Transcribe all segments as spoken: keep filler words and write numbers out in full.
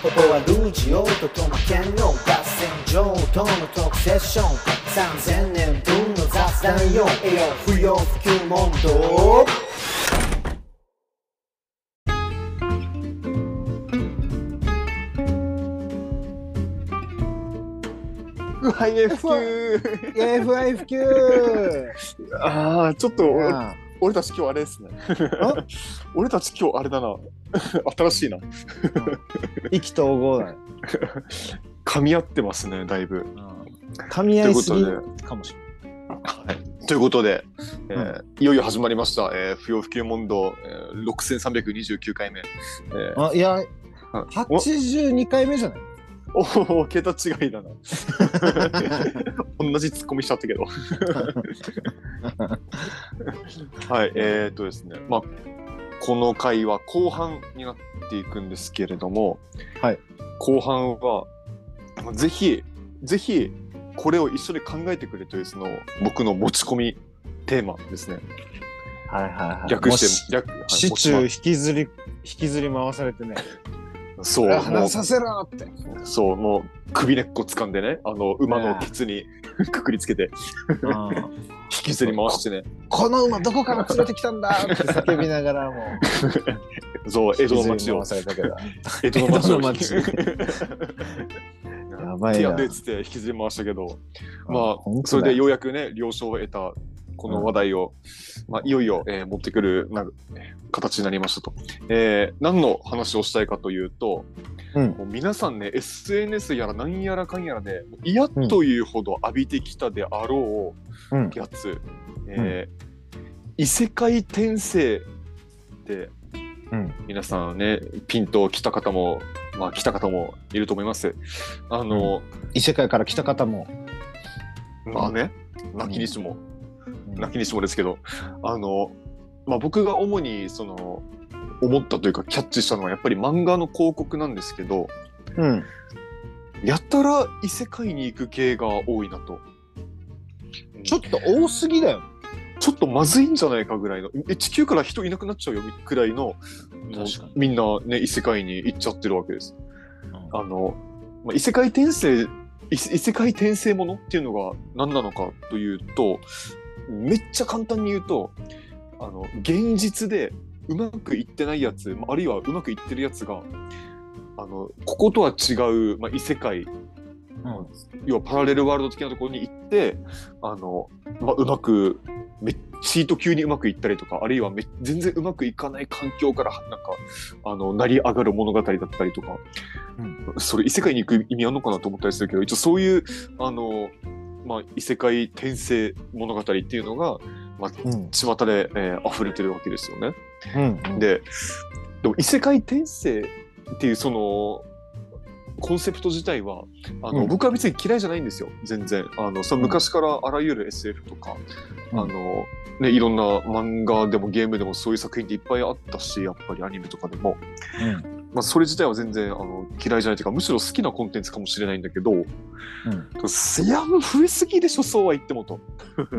ここはルージオートとの兼用合戦場との特セッションさんぜんねんぶんの雑談よ栄養不要不急問答はい、エフキューエフアイエフキューああ、ちょっと俺、俺たち今日あれですね俺たち今日あれだな新しいな意気投合だね噛み合ってますね、だいぶ噛み合いすぎかもしれない。 はい、ということで、えーうん、いよいよ始まりました、えー、不要不急問答、えー、ろくせんさんびゃくにじゅうきゅうかいめ、えー、 あいやはちじゅうにかいめじゃない？ おお、桁違いだな同じツッコミしちゃったけどはい、えーっとですね、まあこの回は後半になっていくんですけれども、 はい、後半はぜひぜひこれを一緒に考えてくれというその僕の持ち込みテーマですね。 はいはいはい。 略して略、はい、 シチュー引きずり引きずり回されてね。 そう、 話させろって。 そう、もう首根っこ掴んでね、あの馬のケツにくくりつけて引きずり回してね。 この馬どこから連れてきたんだって叫びながらもう。そう、江戸の町を。江戸の町を。やばいな。手やでっつって引きずり回したけど、まあそれでようやくね了承を得たこの話題を、うんまあ、いよいよ、えー、持ってくるな形になりましたと、えー、何の話をしたいかというと、うん、もう皆さんね エスエヌエス やら何やらかんやらで嫌というほど浴びてきたであろうやつ、うんえーうん、異世界転生ってうん、皆さんねピンと来た方もまあ来た方もいると思います。あの、うん、 異世界から来た方もまあね泣きにしも、うん、泣きにしもですけどあの、まあ、僕が主にその思ったというかキャッチしたのはやっぱり漫画の広告なんですけど、うん、やたら異世界に行く系が多いなと。 ちょっと多すぎだよ。 ちょっとまずいんじゃないかぐらいのえ地球から人いなくなっちゃうよくらいのみんなね異世界に行っちゃってるわけです、うん、あの、まあ、異世界転生異世界転生ものっていうのが何なのかというとめっちゃ簡単に言うとあの現実でうまくいってないやつあるいはうまくいってるやつがあのこことは違う、まあ、異世界うん、要はパラレルワールド的なところに行ってあの、まあ、うまくめっちゃ急にうまくいったりとかあるいはめ全然うまくいかない環境からなんかあの成り上がる物語だったりとか、うん、それ異世界に行く意味あるのかなと思ったりするけど一応そういうあの、まあ、異世界転生物語っていうのが、まあうん、巷で、えー、溢れてるわけですよね。うんうん、で、でも異世界転生っていうそのコンセプト自体はあの、うん、僕は別に嫌いじゃないんですよ全然あのその昔からあらゆる エスエフ とか、うん、あのね、いろんな漫画でもゲームでもそういう作品っていっぱいあったしやっぱりアニメとかでも、うんまあ、それ自体は全然あの嫌いじゃないというかむしろ好きなコンテンツかもしれないんだけど、うん、いや増えすぎでしょそうは言ってもと、うん、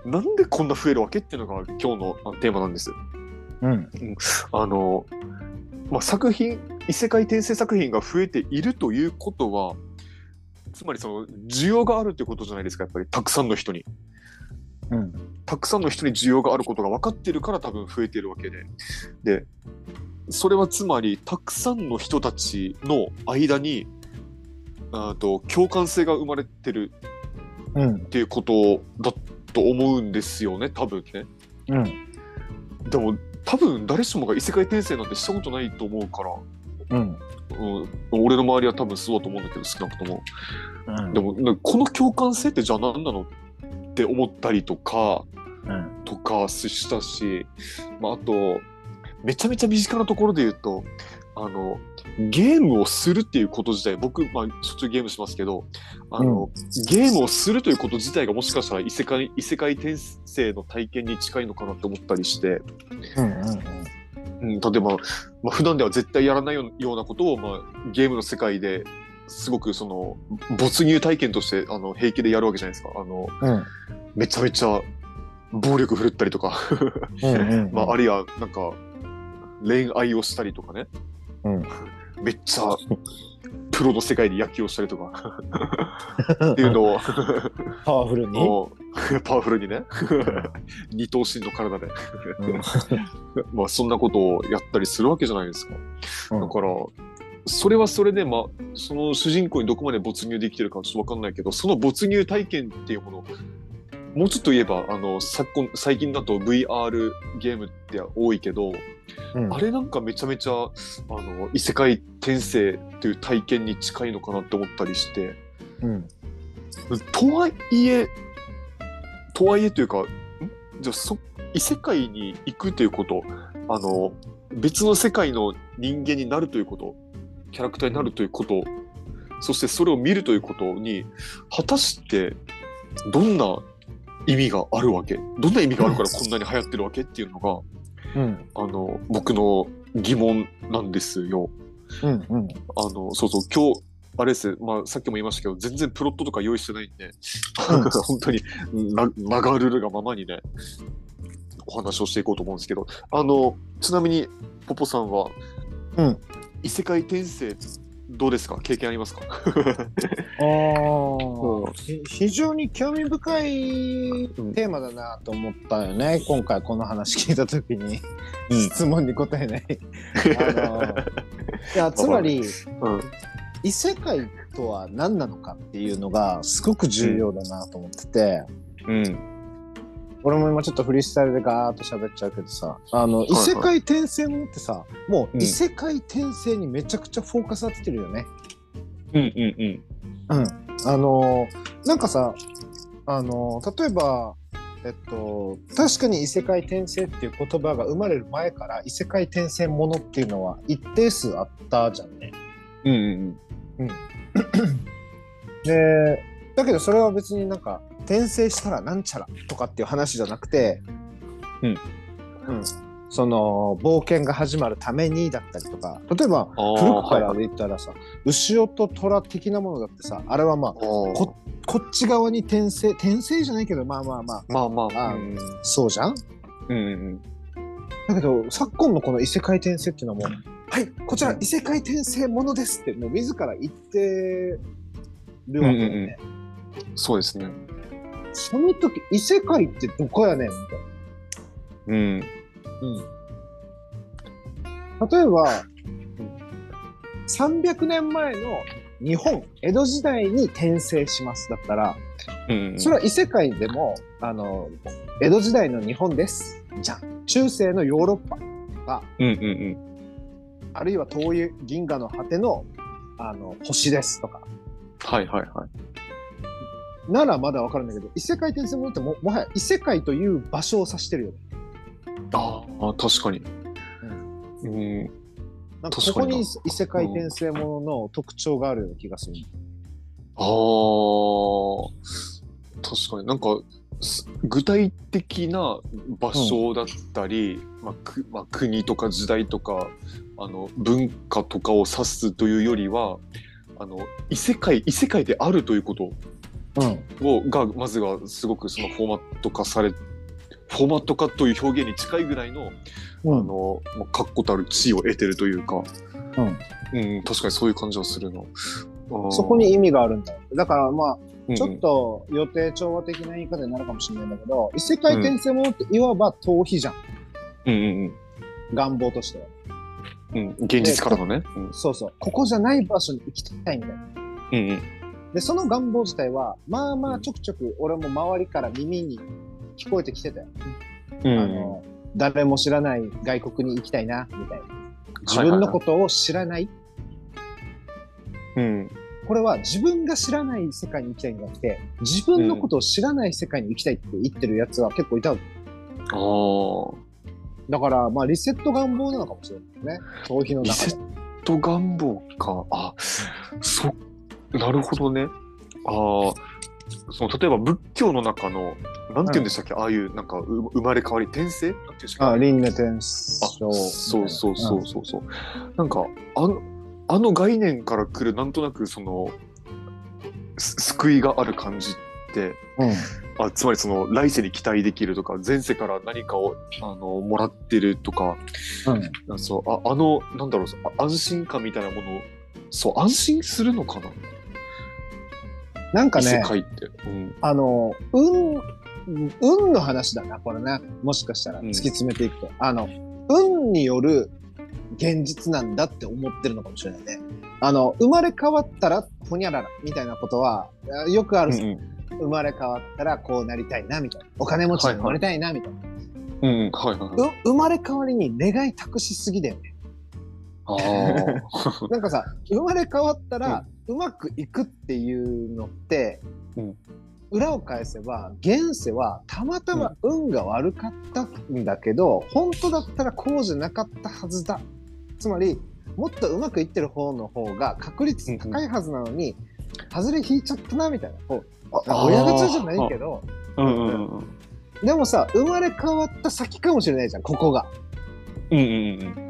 なんでこんな増えるわけっていうのが今日のテーマなんです、うんうん、あのまあ、作品異世界転生作品が増えているということはつまりその需要があるということじゃないですかやっぱりたくさんの人に、うん、たくさんの人に需要があることが分かっているから多分増えているわけででそれはつまりたくさんの人たちの間にあと共感性が生まれてるっていうことだと思うんですよね多分ね、うん、でも多分誰しもが異世界転生なんてしたことないと思うから、うんうん、俺の周りは多分そうだと思うんだけど少なくとも、うん、でもこの共感性ってじゃあ何なのって思ったりとか、うん、とかしたし、まあ、あとめちゃめちゃ身近なところで言うとあのゲームをするっていうこと自体僕、まあ、しょっちゅうゲームしますけどあの、うん、ゲームをするということ自体がもしかしたら異世界、異世界転生の体験に近いのかなって思ったりして、うんうんうん、例えば、まあ、普段では絶対やらないようなことを、まあ、ゲームの世界ですごくその没入体験としてあの平気でやるわけじゃないですかあの、うん、めちゃめちゃ暴力振るったりとかうんうん、うんまあ、あるいはなんか恋愛をしたりとかねうん、 めっちゃプロの世界で野球をしたりとかっていうのをパワフルにパワフルにね二頭身の体でまあそんなことをやったりするわけじゃないですか、うん、だからそれはそれで、まあ、その主人公にどこまで没入できてるかちょっと分かんないけど、その没入体験っていうもの、もうちょっと言えばあの昨今最近だと ブイアール ゲームって多いけど、うん、あれなんかめちゃめちゃあの異世界転生っていう体験に近いのかなって思ったりして、うん、とはいえとはいえというか、じゃあそ異世界に行くということ、あの別の世界の人間になるということ、キャラクターになるということ、そしてそれを見るということに果たしてどんな意味があるわけ、どんな意味があるからこんなに流行ってるわけっていうのが、うん、あの僕の疑問なんですよ。うんうん、あのそうそう今日あれです、まあ、さっきも言いましたけど全然プロットとか用意してないんで、うん、本当にな流るるがままにねお話をしていこうと思うんですけど、あのちなみにポポさんは、うん、異世界転生どうですか、経験ありますか？ あ、うん、非常に興味深いテーマだなと思ったよね、うん、今回この話聞いた時に、うん、質問に答えないあのいやつまり、うん、異世界とは何なのかっていうのがすごく重要だなと思ってて、うん、俺も今ちょっとフリースタイルでガーッと喋っちゃうけどさ、あの、はいはい、異世界転生ものってさ、もう異世界転生にめちゃくちゃフォーカス当ててるよね。うんうんうん。うん。あのー、なんかさ、あのー、例えば、えっと、確かに異世界転生っていう言葉が生まれる前から異世界転生ものっていうのは一定数あったじゃんね。うんうんうん。うん、で、だけどそれは別になんか、転生したらなんちゃらとかっていう話じゃなくて、うん、うん、その冒険が始まるためにだったりとか、例えば古くからで言ったらさ、はい、牛音虎的なものだってさ、あれはまあ こ, こっち側に転生転生じゃないけどまあまあまあまあまあ、まあうん、そうじゃん、うんうん、だけど昨今のこの異世界転生っていうのはもう、はいこちら異世界転生ものですってもう自ら言ってるわけだよね、うんうんうん、 そうですね。 その時異世界ってどこやねんみたいな。うん。うん。例えば、さんびゃくねんまえの日本、江戸時代に転生しますだったら、うんうん、それは異世界でも、あの、江戸時代の日本です。じゃん。中世のヨーロッパとか、うんうんうん、あるいは遠い銀河の果ての、あの、星ですとか。 はいはいはい。 ならまだわかるんだけど、異世界転生ものって も, もはや異世界という場所を指してるよね。 ああ、確かに。うん。うん、 なんかここに異世界転生ものの特徴があるような気がする。 ああ、確かになんか具体的な場所だったり、うんまあくまあ、国とか時代とかあの文化とかを指すというよりは、あの異世界異世界であるということ。うん、をがまずはすごくそのフォーマット化されフォーマット化という表現に近いぐらいの、うん、あの確固たる地位を得てるというか、うんうん、確かにそういう感じはするな。 そこに意味があるんだよ。だからまあ、うん、ちょっと予定調和的な言い方になるかもしれないんだけど、異世界転生ものっていわば逃避じゃん、うんうんうん、願望としては、 うん、現実からのね、 うん、そうそうここじゃない場所に行きたいみたいな、うんうんでその願望自体はまあまあちょくちょく俺も周りから耳に聞こえてきてたよ、うん、あの誰も知らない外国に行きたいなみたいな、自分のことを知らない、はいはいはい、これは自分が知らない世界に行きたいんじゃなくて自分のことを知らない世界に行きたいって言ってるやつは結構いたわけ、うん、だからまあリセット願望なのかもしれないね、逃避の中で。リセット願望か、あ、そっなるほどね。ああ、その例えば仏教の中のなんて言うんでしたっけ、うん、ああいうなんか生まれ変わり転生なんていうんですか、 あ、輪廻転生。 あ、そうそうそうそうそう。うん、なんかあのあの概念から来るなんとなくその救いがある感じっ 、 うん、 あつまりその来世に期待できるとか前世から何かをあのもらってるとか、うん、そうああのなんだろう安心感みたいなものをそう安心するのかななんかね異世界って、うん、 あの運運の話だなこれねもしかしたら突き詰めていくと、うん、あの運による現実なんだって思ってるのかもしれないね。あの生まれ変わったらほにゃららみたいなことはよくある、うんうん、生まれ変わったらこうなりたいなみたいなお金持ちになりたいなみたいな、 はいはいうんはいはい、 生まれ変わりに願い託しすぎだよね。 あなんかさ生まれ変わったらうまくいくっていうのって、うん、裏を返せば現世はたまたま運が悪かったんだけど、うん、本当だったらこうじゃなかったはずだ。つまりもっとうまくいってる方の方が確率高いはずなのに、うん、外れ引いちゃったなみたいなこう親ガチャじゃないけど、うんうんうん、でもさ生まれ変わった先かもしれないじゃんここが。 うんうんうん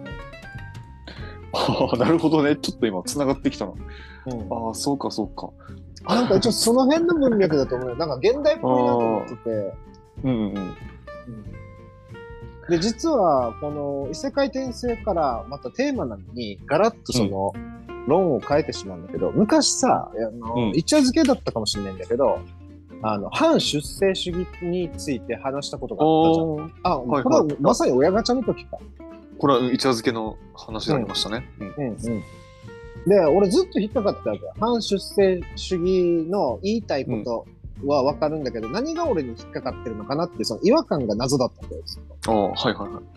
あなるほどねちょっと今つながってきたな、うん、ああそうかそうかなんか一応その辺の文脈だと思うよなんか現代っぽいなと思っててうんうんうんで実はこの異世界転生からまたテーマなのにガラッとその論を変えてしまうんだけど、うん、昔さあの、うん、一夜漬けだったかもしれないんだけどあの反出生主義について話したことがあったじゃん。あ、はいはい、これはまさに親ガチャの時か。 これは一夜漬けの話でありましたね。うんうんうん、 で俺ずっと引っかかってたわけよ。反出生主義の言いたいことは分かるんだけど、うん、何が俺に引っかかってるのかなってその違和感が謎だったんですよ。 ああはいはいはい。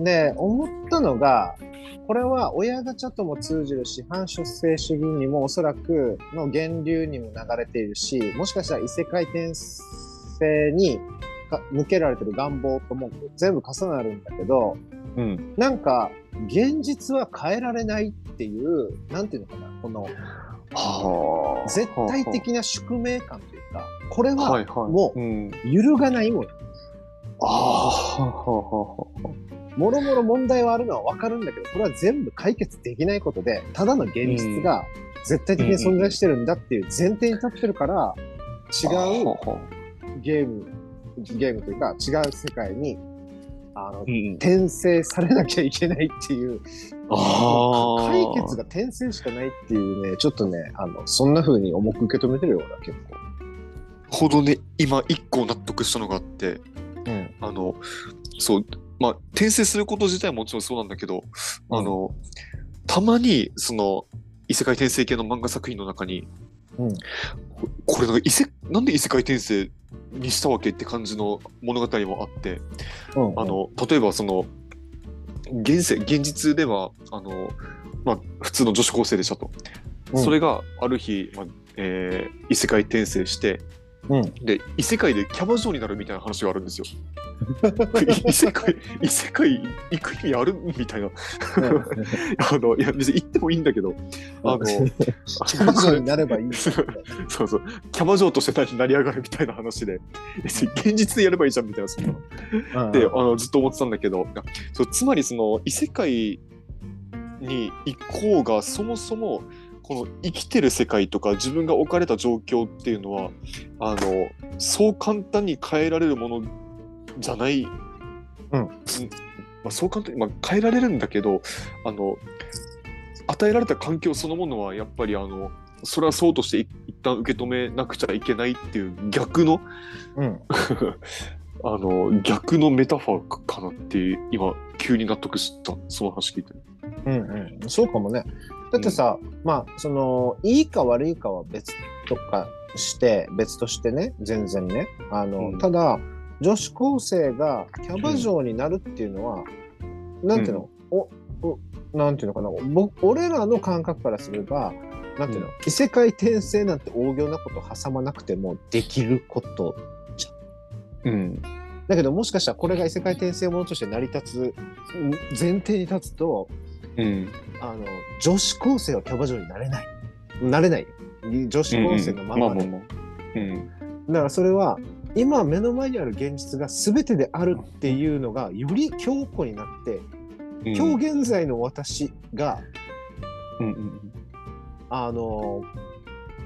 で思ったのがこれは親ガチャとも通じるし反出生主義にもおそらくの源流にも流れているしもしかしたら異世界転生に向けられてる願望とも全部重なるんだけど、うん、なんか現実は変えられないっていうなんていうのかなこのは絶対的な宿命感というかこれはもう揺るがないもの、はいはいうん、もろもろ問題はあるのは分かるんだけどこれは全部解決できないことでただの現実が絶対的に存在してるんだっていう前提に立ってるから違うゲームゲームというか違う世界にあの、うん、転生されなきゃいけないっていうあ解決が転生しかないっていうねちょっとねあのそんな風に重く受け止めてるような結構ほどね今一個納得したのがあって、うん、あのそうまあ転生すること自体はもちろんそうなんだけど、うん、あのたまにその異世界転生系の漫画作品の中に、うん、これなんか異世なんで異世界転生にしたわけって感じの物語もあって、うんうん、あの例えばその現世現実ではあの、まあ、普通の女子高生でしたと、うん、それがある日、まあえー、異世界転生して、うん、で異世界でキャバ嬢になるみたいな話があるんですよ異世界異世界行く意味あるみたいなあのいや別に行ってもいいんだけどあのキャバ嬢になればいいそうそうキャバ嬢として成り上がるみたいな話で現実でやればいいじゃんみたいなそんなであのずっと思ってたんだけどそうつまりその異世界に行こうがそもそもこの生きてる世界とか自分が置かれた状況っていうのはあのそう簡単に変えられるものじゃない、うんまあ、そう簡単に、まあ、変えられるんだけどあの与えられた環境そのものはやっぱりあのそれはそうとして一旦受け止めなくちゃいけないっていう逆の、うん、あの逆のメタファーかなっていう今急に納得したその話聞いてる。 うんうん、そうかもね。だってさ、うん、まあそのいいか悪いかは別とかして別としてね全然ねあの、うん、ただ女子高生がキャバ嬢になるっていうのは、うん、なんていうの、うん、おおなんていうのかな僕俺らの感覚からすればなんていうの、うん、異世界転生なんて大行なこと挟まなくてもできることじゃん。うんだけどもしかしたらこれが異世界転生ものとして成り立つ前提に立つと、うん、あの女子高生はキャバ嬢になれないなれない女子高生のままで、うんうん、だからそれは今目の前にある現実が全てであるっていうのがより強固になって、うん、今日現在の私が、うんうん、あの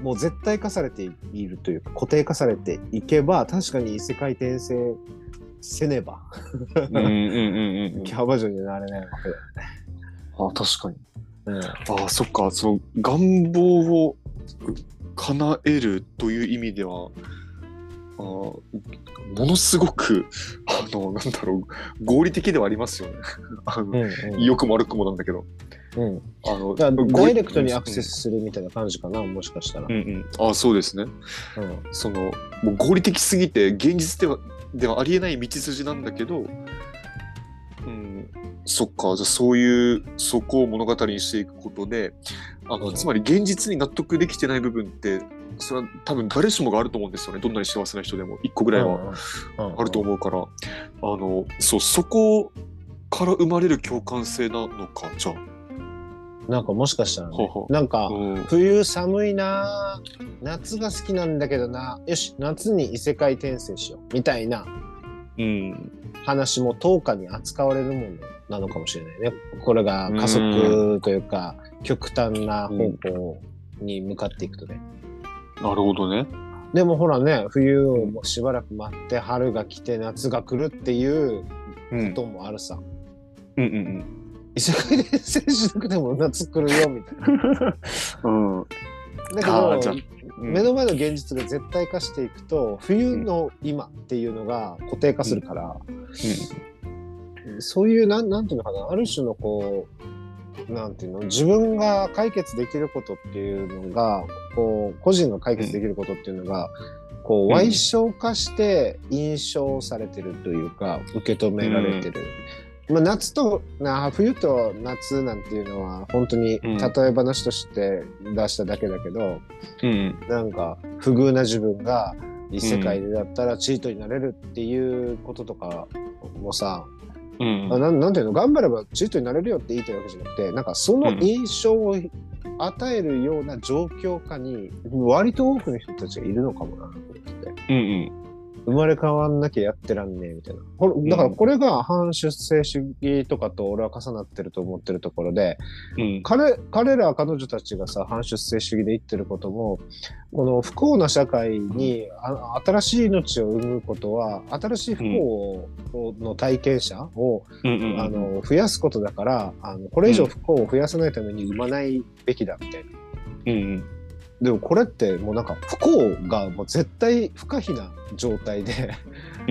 もう絶対化されているというか固定化されていけば確かに異世界転生せねばうんうんうんうんキャバ嬢になれないわけだよね。 あ確かに、 うん、 あそっか、その願望を叶えるという意味ではあものすごくあのなんだろう合理的ではありますよねあの、うんうん、良くも悪くもなんだけど、 うん、 あのだからダイレクトにアクセスするみたいな感じかな、もしかしたら。 うんうん、あそうですね、うん、そのもう合理的すぎて現実ではではありえない道筋なんだけど、うん、そっか、じゃあそういうそこを物語にしていくことであの、うん、つまり現実に納得できてない部分ってそれは多分誰しもがあると思うんですよね。どんなに幸せな人でもいっこぐらいはあると思うから、あのそうそこから生まれる共感性なのか、じゃあなんかもしかしたら、ね、 ははなんか、 うん、 冬寒いな夏が好きなんだけどなよし夏に異世界転生しようみたいな話も等価に扱われるものなのかもしれないね。これが加速というか、うん、極端な方向に向かっていくとね。 なるほどね。 でもほらね、冬をもうしばらく待って春が来て夏が来るっていうこともあるさ。 うんうんうん。 異世界転生しなくても夏来るよみたいな。 うん。 だけど、うん、目の前の現実が絶対化していくと冬の今っていうのが固定化するから、うんうん、そういうなんなんていうのかな、ある種のこうなんていうの自分が解決できることっていうのがこう個人が解決できることっていうのが、うん、こう歪償化して印象されてるというか受け止められてる。うん、まあ、夏とな冬と夏なんていうのは本当に例え話として出しただけだけど、うん、なんか不遇な自分が異世界でだったらチートになれるっていうこととかもさ、うん、な, なんていうの頑張ればチートになれるよって言いたいわけじゃなくて、なんかその印象を与えるような状況下に割と多くの人たちがいるのかもなと思ってて、うんうん、生まれ変わんなきゃやってらんねえみたいな。だからこれが反出生主義とかと俺は重なってると思ってるところで、うん、彼, 彼ら彼女たちがさ反出生主義で言ってることもこの不幸な社会にあ新しい命を生むことは新しい不幸の体験者を、うん、あの増やすことだからあのこれ以上不幸を増やさないために生まないべきだみたいな。うんうん、でもこれってもうなんか不幸がもう絶対不可避な状態で、うん、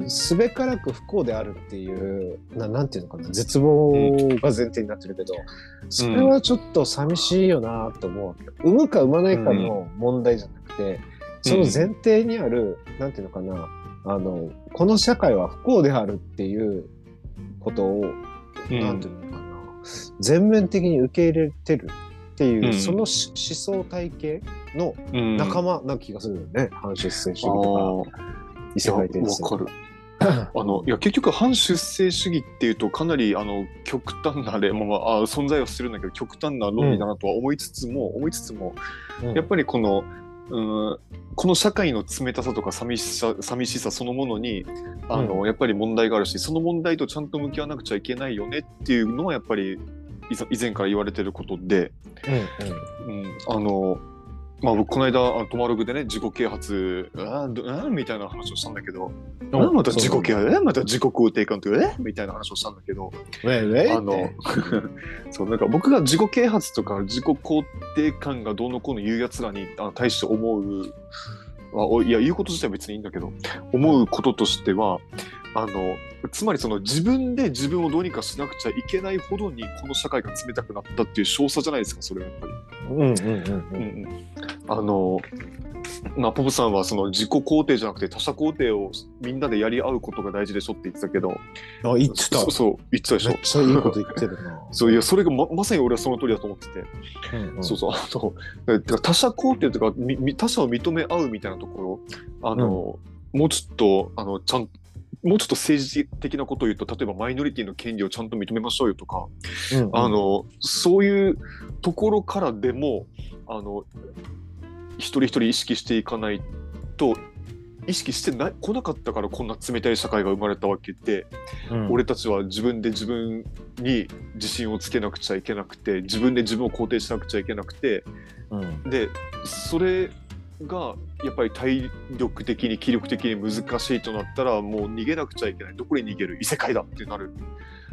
すべからく不幸であるっていう な, なんていうのかな絶望が前提になってるけど、うん、それはちょっと寂しいよなと思うわけよ。産むか産まないかの問題じゃなくて、うん、その前提にあるなんていうのかなあのこの社会は不幸であるっていうことを、うん、なんていうのかな全面的に受け入れてるっていう、うん、その思想体系の仲間な気がするよね、うん、反出生主義とか異世界転生。 わかるあのいや結局反出生主義っていうとかなりあの極端な例、まあまあ、存在はするんだけど極端な論理だなとは思いつつも、うん、思いつつも、うん、やっぱりこのうんこの社会の冷たさとか寂しさ、寂しさそのものにあの、うん、やっぱり問題があるしその問題とちゃんと向き合わなくちゃいけないよねっていうのはやっぱり以前から言われてることで、うんうんうん、あのまあ僕この間あのトマログでね自己啓発ああみたいな話をしたんだけど、あまた自己啓発えまた自己肯定感というえみたいな話をしたんだけど、あのそうなんか僕が自己啓発とか自己肯定感がどうのこうの言うやつらに対して思うはいや言うこと自体は別にいいんだけど思うこととしてはあのつまりその自分で自分をどうにかしなくちゃいけないほどにこの社会が冷たくなったっていう証左じゃないですかそれはやっぱり。うんうんうんうん、あのまあポポさんはその自己肯定じゃなくて他者肯定をみんなでやり合うことが大事でしょって言ってたけど、 あ言ってたそうそう言ってたでしょ。 めっちゃいいこと言ってるな。 そういやそれが ま, まさに俺はその通りだと思ってて、うんうん、そうそうあの他者肯定というかみ他者を認め合うみたいなところあの、うん、もうちょっとあのちゃんもうちょっと政治的なことを言うと例えばマイノリティの権利をちゃんと認めましょうよとか、うんうん、あのそういうところからでもあの一人一人意識していかないと意識してな来なかったからこんな冷たい社会が生まれたわけで、うん、俺たちは自分で自分に自信をつけなくちゃいけなくて、自分で自分を肯定しなくちゃいけなくて、うん、でそれがやっぱり体力的に気力的に難しいとなったら、もう逃げなくちゃいけない、どこに逃げる、異世界だってなる、うん、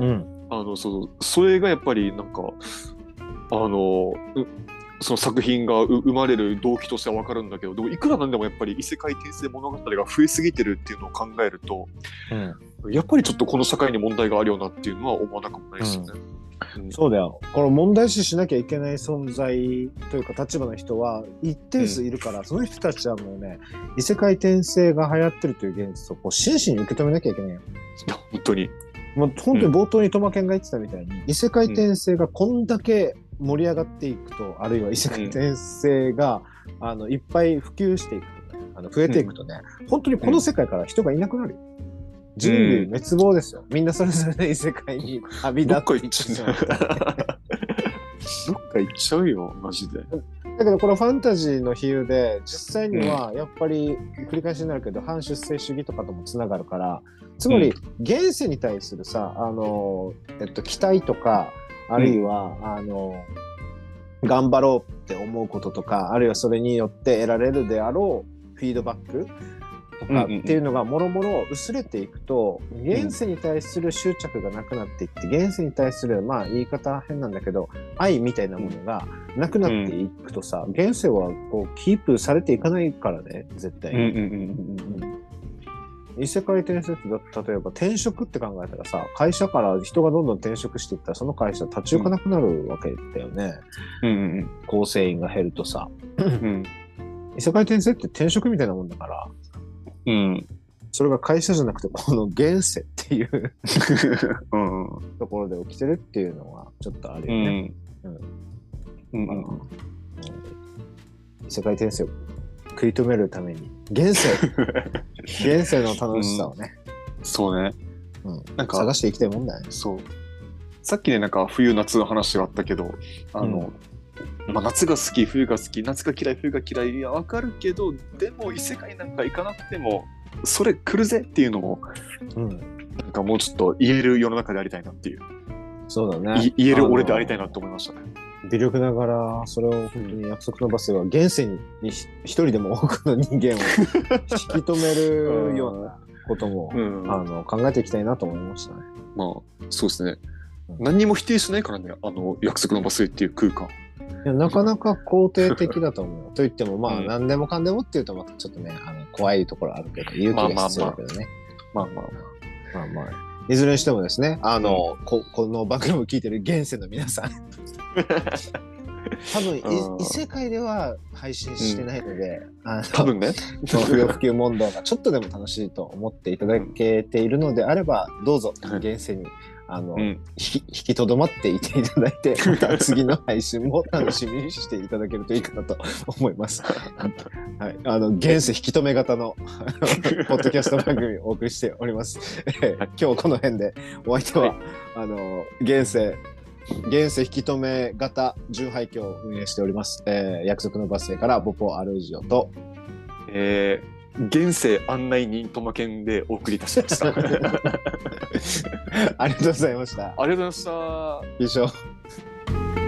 あのそうそれがやっぱりなんかあのその作品が生まれる動機としては分かるんだけど、でもいくらなんでもやっぱり異世界転生物語が増えすぎてるっていうのを考えると、うん、やっぱりちょっとこの社会に問題があるよなっていうのは思わなくもないですよね。 うんうん、そうだよ。この問題視しなきゃいけない存在というか立場の人は一定数いるから、うん、その人たちはもうね、異世界転生が流行ってるという現実をこう真摯に受け止めなきゃいけないよ。 本当に。 もう本当に冒頭にトマケンが言ってたみたいに、うん、異世界転生がこんだけ盛り上がっていくと、あるいは異世界転生が、うん、あのいっぱい普及していくとね、あの増えていくとね、うん、本当にこの世界から人がいなくなるよ。人類滅亡ですよ。みんなそれぞれの異世界に旅立っていっちゃう。 どっか行っちゃうよ、マジで。 だけどこれファンタジーの比喩で、実際にはやっぱり繰り返しになるけど、反出生主義とかともつながるから、つまり現世に対するさ、あの、えっと、期待とか、あるいは、うん、あの、頑張ろうって思うこととか、あるいはそれによって得られるであろうフィードバックとかっていうのがもろもろ薄れていくと、現世に対する執着がなくなっていって、現世に対する、まあ言い方変なんだけど、愛みたいなものがなくなっていくとさ、現世はこうキープされていかないからね、絶対に。うんうんうんうん異世界転生って例えば転職って考えたらさ、会社から人がどんどん転職していったらその会社立ち行かなくなるわけだよね。うんうんうん、構成員が減るとさ、うん、異世界転生って転職みたいなもんだから、うん、それが会社じゃなくてこの現世っていう、うん、ところで起きてるっていうのはちょっとあるよね。うんうんうんうん、異世界転生を食い止めるために現世現世の楽しさをね、 うん、そうね、 うん、なんか探していきたいもんだよね。 そうさっきねなんか冬夏の話があったけどあの、うんまあ、夏が好き冬が好き夏が嫌い冬が嫌いいや分かるけどでも異世界なんか行かなくてもそれ来るぜっていうのを、うん、なんかもうちょっと言える世の中でありたいなっていうそうだね言える俺でありたいなと思いましたね。 微力ながらそれを本当に約束のバスが現世に一人でも多くの人間を引き止めるようなことも、うん、あの考えていきたいなと思いましたね。 まあそうですね、うん、何にも否定しないからねあの約束のバスっていう空間いやなかなか肯定的だと思うと言ってもまあ、うん、何でもかんでもっていうとまたちょっとねあの怖いところあるけど勇気が必要だけどねまあまあまあまあまあまあいずれにしてもですねあの、うん、こ, この番組を聞いてる現世の皆さん多分異世界では配信してないので、 うん、あの多分ね不要不急問答がちょっとでも楽しいと思っていただけているのであればどうぞ現世にあの、うん、引きとどまっていていただいてまた次の配信も楽しみにしていただけるといいかなと思います。はい、あの現世引き止め型のポッドキャスト番組をお送りしております。今日この辺でお相手は、はい、あの現世現世引き止め型純廃墟を運営しております、えー、約束のバス停からボポアルージオと、 えー、現世案内人トマケンでお送りいたしましたありがとうございました。 ありがとうございました。 以上